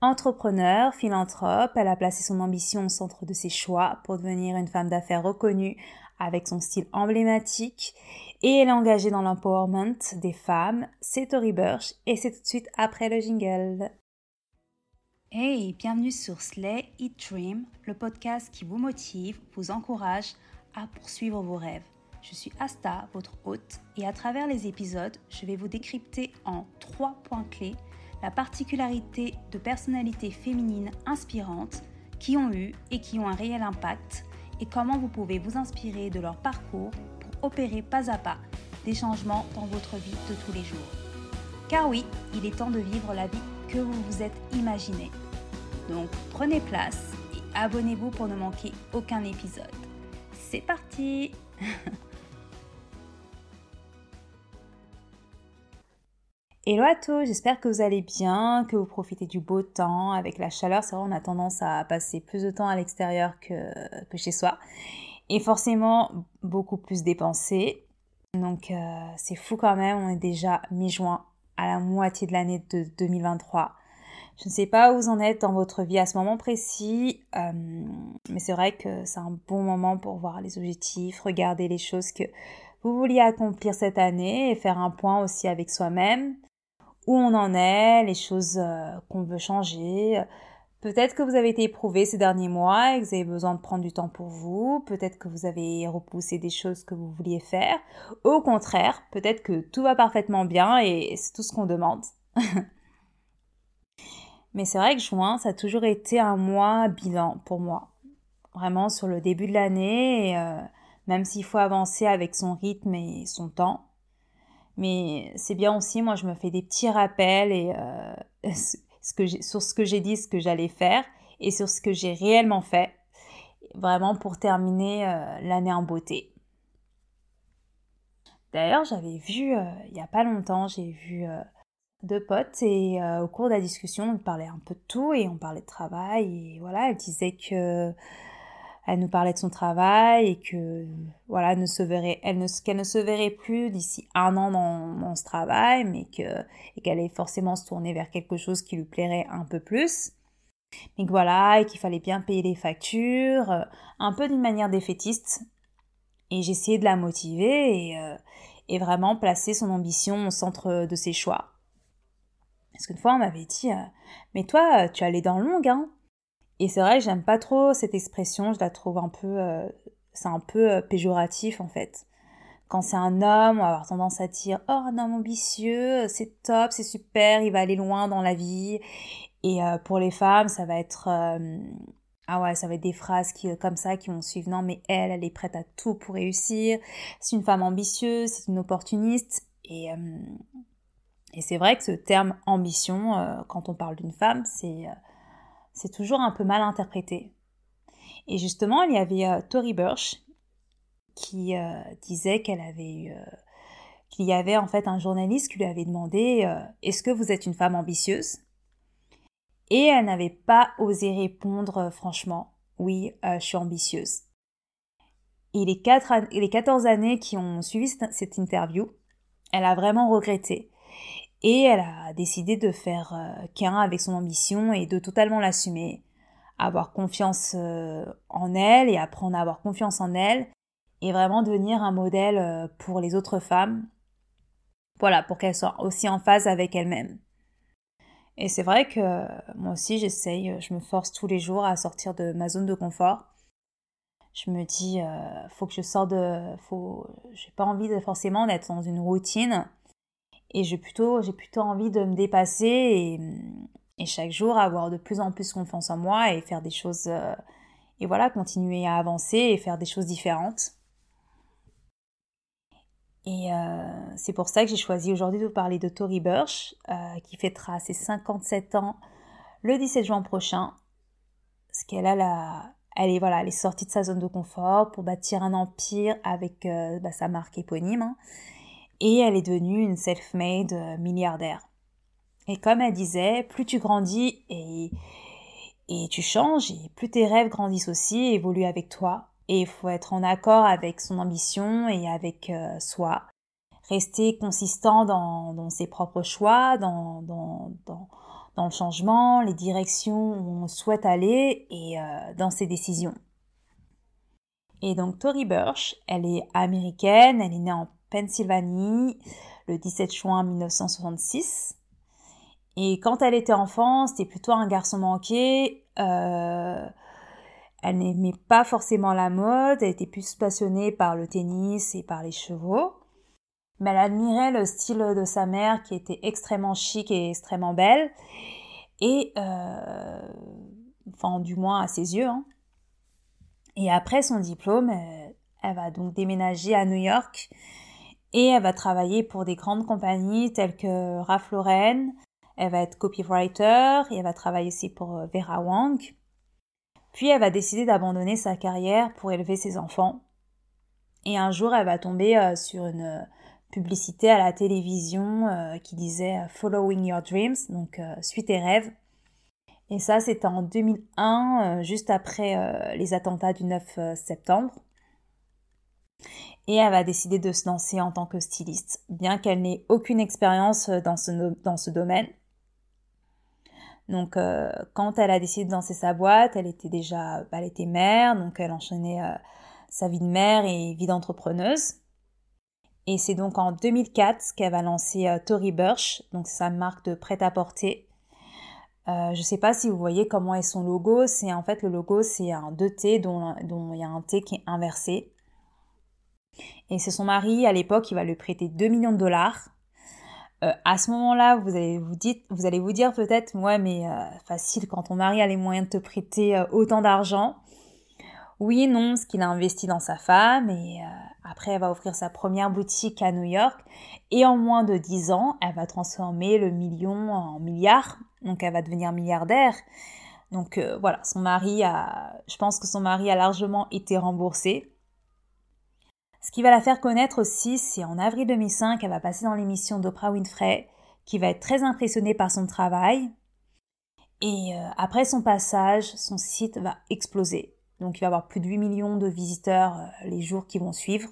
Entrepreneur, philanthrope, elle a placé son ambition au centre de ses choix pour devenir une femme d'affaires reconnue avec son style emblématique et elle est engagée dans l'empowerment des femmes. C'est Tory Burch et c'est tout de suite après le jingle. Hey, bienvenue sur Slay, Eat, Dream, le podcast qui vous motive, vous encourage à poursuivre vos rêves. Je suis Asta, votre hôte, et à travers les épisodes, je vais vous décrypter en 3 points clés la particularité de personnalités féminines inspirantes qui ont eu et qui ont un réel impact et comment vous pouvez vous inspirer de leur parcours pour opérer pas à pas des changements dans votre vie de tous les jours. Car oui, il est temps de vivre la vie que vous vous êtes imaginé. Donc prenez place et abonnez-vous pour ne manquer aucun épisode. C'est parti! Hello à tous, j'espère que vous allez bien, que vous profitez du beau temps. Avec la chaleur, c'est vrai, on a tendance à passer plus de temps à l'extérieur que chez soi. Et forcément, beaucoup plus dépensé. Donc c'est fou quand même, on est déjà mi-juin, à la moitié de l'année de 2023. Je ne sais pas où vous en êtes dans votre vie à ce moment précis, mais c'est vrai que c'est un bon moment pour voir les objectifs, regarder les choses que vous vouliez accomplir cette année et faire un point aussi avec soi-même. Où on en est, les choses qu'on veut changer. Peut-être que vous avez été éprouvé ces derniers mois et que vous avez besoin de prendre du temps pour vous. Peut-être que vous avez repoussé des choses que vous vouliez faire. Au contraire, peut-être que tout va parfaitement bien et c'est tout ce qu'on demande. Mais c'est vrai que juin, ça a toujours été un mois bilan pour moi. Vraiment sur le début de l'année, et, même s'il faut avancer avec son rythme et son temps. Mais c'est bien aussi, moi je me fais des petits rappels et sur ce que j'ai dit, ce que j'allais faire et sur ce que j'ai réellement fait, vraiment pour terminer l'année en beauté. D'ailleurs, j'avais vu, il n'y a pas longtemps, j'ai vu 2 potes et au cours de la discussion, on parlait un peu de tout et on parlait de travail et voilà, elle disait que elle nous parlait de son travail et que voilà, qu'elle ne se verrait plus d'ici 1 an dans ce travail, mais qu'elle allait forcément se tourner vers quelque chose qui lui plairait un peu plus. Mais que voilà, et qu'il fallait bien payer les factures, un peu d'une manière défaitiste. Et j'essayais de la motiver et vraiment placer son ambition au centre de ses choix. Parce qu'une fois, on m'avait dit, mais toi, tu as les dents longues, hein. Et c'est vrai que j'aime pas trop cette expression, je la trouve un peu, c'est un peu péjoratif en fait. Quand c'est un homme, on va avoir tendance à dire « Oh, un homme ambitieux, c'est top, c'est super, il va aller loin dans la vie. » Et pour les femmes, ça va être... ah ouais, ça va être des phrases comme ça qui vont suivre. Non, mais elle est prête à tout pour réussir. C'est une femme ambitieuse, c'est une opportuniste. Et c'est vrai que ce terme ambition, quand on parle d'une femme, c'est toujours un peu mal interprété. Et justement, il y avait Tory Burch qui disait qu'il y avait en fait un journaliste qui lui avait demandé est-ce que vous êtes une femme ambitieuse? Et elle n'avait pas osé répondre franchement oui, je suis ambitieuse. Et les 14 années qui ont suivi cette interview, elle a vraiment regretté. Et elle a décidé de faire qu'un avec son ambition et de totalement l'assumer. Avoir confiance en elle et apprendre à avoir confiance en elle et vraiment devenir un modèle pour les autres femmes. Voilà, pour qu'elles soient aussi en phase avec elles-mêmes. Et c'est vrai que moi aussi j'essaye, je me force tous les jours à sortir de ma zone de confort. Je me dis, faut que je sorte j'ai pas envie forcément d'être dans une routine. Et j'ai plutôt envie de me dépasser et chaque jour avoir de plus en plus confiance en moi et faire des choses, et voilà, continuer à avancer et faire des choses différentes. Et c'est pour ça que j'ai choisi aujourd'hui de vous parler de Tory Burch, qui fêtera ses 57 ans le 17 juin prochain. Parce qu'elle elle est sortie de sa zone de confort pour bâtir un empire avec sa marque éponyme. Hein. Et elle est devenue une self-made milliardaire. Et comme elle disait, plus tu grandis et tu changes, et plus tes rêves grandissent aussi et évoluent avec toi. Et il faut être en accord avec son ambition et avec soi. Rester consistant dans ses propres choix, dans dans le changement, les directions où on souhaite aller et dans ses décisions. Et donc Tory Burch, elle est américaine, elle est née en Pennsylvanie le 17 juin 1966. Et quand elle était enfant, c'était plutôt un garçon manqué. Elle n'aimait pas forcément la mode, elle était plus passionnée par le tennis et par les chevaux. Mais elle admirait le style de sa mère qui était extrêmement chic et extrêmement belle. Et, enfin, du moins à ses yeux. Hein. Et après son diplôme, elle va donc déménager à New York et elle va travailler pour des grandes compagnies telles que Ralph Lauren. Elle va être copywriter et elle va travailler aussi pour Vera Wang. Puis elle va décider d'abandonner sa carrière pour élever ses enfants. Et un jour, elle va tomber sur une publicité à la télévision qui disait « Following your dreams », donc « Suis tes rêves ». Et ça, c'était en 2001, juste après les attentats du 9 septembre. Et elle va décider de se lancer en tant que styliste, bien qu'elle n'ait aucune expérience dans ce domaine. Donc, quand elle a décidé de lancer sa boîte, elle était mère, donc elle enchaînait sa vie de mère et vie d'entrepreneuse. Et c'est donc en 2004 qu'elle va lancer Tory Burch, donc sa marque de prêt-à-porter. Je ne sais pas si vous voyez comment est son logo. Le logo, c'est un 2T dont il y a un T qui est inversé. Et c'est son mari, à l'époque, qui va lui prêter 2 millions de dollars. À ce moment-là, vous allez vous dire peut-être, ouais, mais facile, quand ton mari a les moyens de te prêter autant d'argent. Oui et non, parce qu'il a investi dans sa femme et après, elle va ouvrir sa première boutique à New York. Et en moins de 10 ans, elle va transformer le million en milliard. Donc, elle va devenir milliardaire. Donc, voilà, je pense que son mari a largement été remboursé. Ce qui va la faire connaître aussi, c'est en avril 2005, elle va passer dans l'émission d'Oprah Winfrey, qui va être très impressionnée par son travail. Et après son passage, son site va exploser. Donc il va y avoir plus de 8 millions de visiteurs les jours qui vont suivre.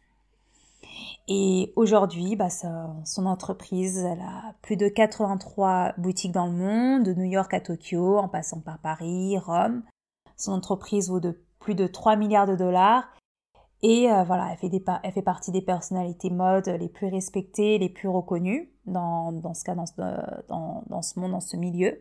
Et aujourd'hui, son entreprise, elle a plus de 83 boutiques dans le monde, de New York à Tokyo, en passant par Paris, Rome. Son entreprise vaut plus de 3 milliards de dollars. Et voilà, elle fait partie des personnalités mode les plus respectées, les plus reconnues dans ce monde, dans ce milieu.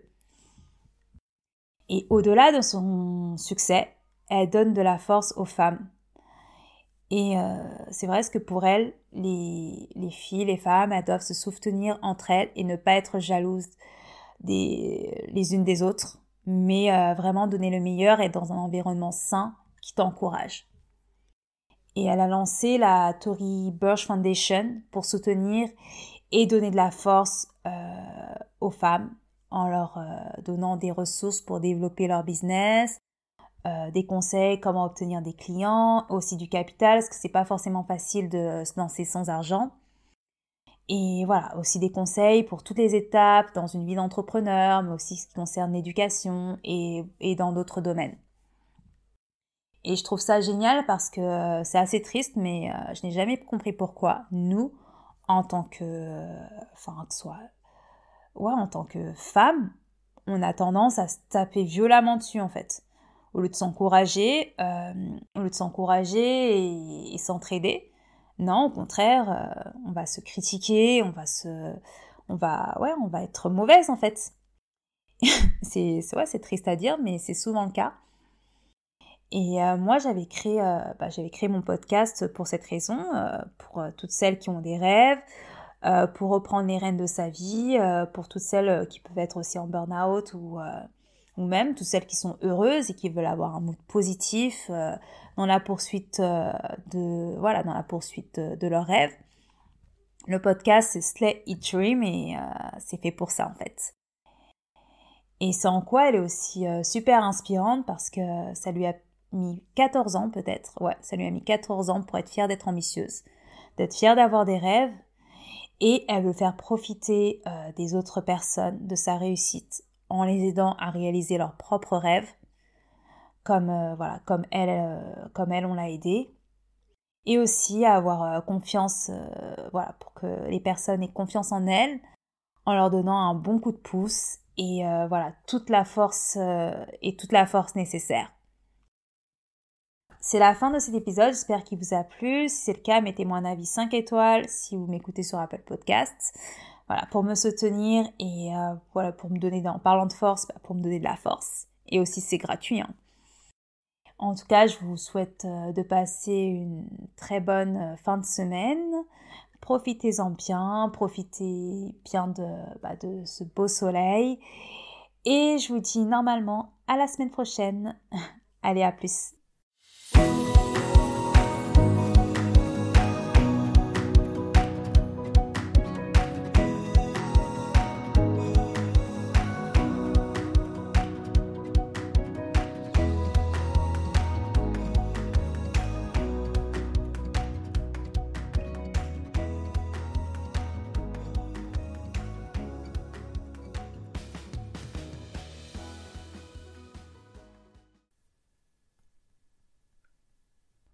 Et au-delà de son succès, elle donne de la force aux femmes. Et c'est vrai que pour elle, les filles, les femmes, elles doivent se soutenir entre elles et ne pas être jalouses les unes des autres, mais vraiment donner le meilleur et dans un environnement sain qui t'encourage. Et elle a lancé la Tory Burch Foundation pour soutenir et donner de la force aux femmes en leur donnant des ressources pour développer leur business, des conseils comment obtenir des clients, aussi du capital, parce que c'est pas forcément facile de se lancer sans argent. Et voilà, aussi des conseils pour toutes les étapes dans une vie d'entrepreneur, mais aussi ce qui concerne l'éducation et dans d'autres domaines. Et je trouve ça génial parce que c'est assez triste, mais je n'ai jamais compris pourquoi nous, en tant en tant que femme, on a tendance à se taper violemment dessus en fait. Au lieu de s'encourager, et s'entraider, non, au contraire, on va se critiquer, on va être mauvaise en fait. c'est triste à dire, mais c'est souvent le cas. Et moi, j'avais créé mon podcast pour cette raison, pour toutes celles qui ont des rêves, pour reprendre les rênes de sa vie, pour toutes celles qui peuvent être aussi en burn-out ou même toutes celles qui sont heureuses et qui veulent avoir un mood positif dans la poursuite de leurs rêves. Le podcast, c'est Slay It Dream et c'est fait pour ça en fait. Et c'est en quoi elle est aussi super inspirante parce que ça lui a mis 14 ans peut-être. Ouais, ça lui a mis 14 ans pour être fière d'être ambitieuse, d'être fière d'avoir des rêves. Et elle veut faire profiter des autres personnes de sa réussite en les aidant à réaliser leurs propres rêves, comme elle, on l'a aidée. Et aussi à avoir confiance, pour que les personnes aient confiance en elle, en leur donnant un bon coup de pouce et voilà, toute la force et toute la force nécessaire. C'est la fin de cet épisode, j'espère qu'il vous a plu. Si c'est le cas, mettez-moi un avis 5 étoiles si vous m'écoutez sur Apple Podcasts. Voilà, pour me soutenir et voilà, pour me donner, en parlant de force, pour me donner de la force. Et aussi, c'est gratuit. Hein. En tout cas, je vous souhaite de passer une très bonne fin de semaine. Profitez-en bien, profitez bien de ce beau soleil. Et je vous dis normalement à la semaine prochaine. Allez, à plus.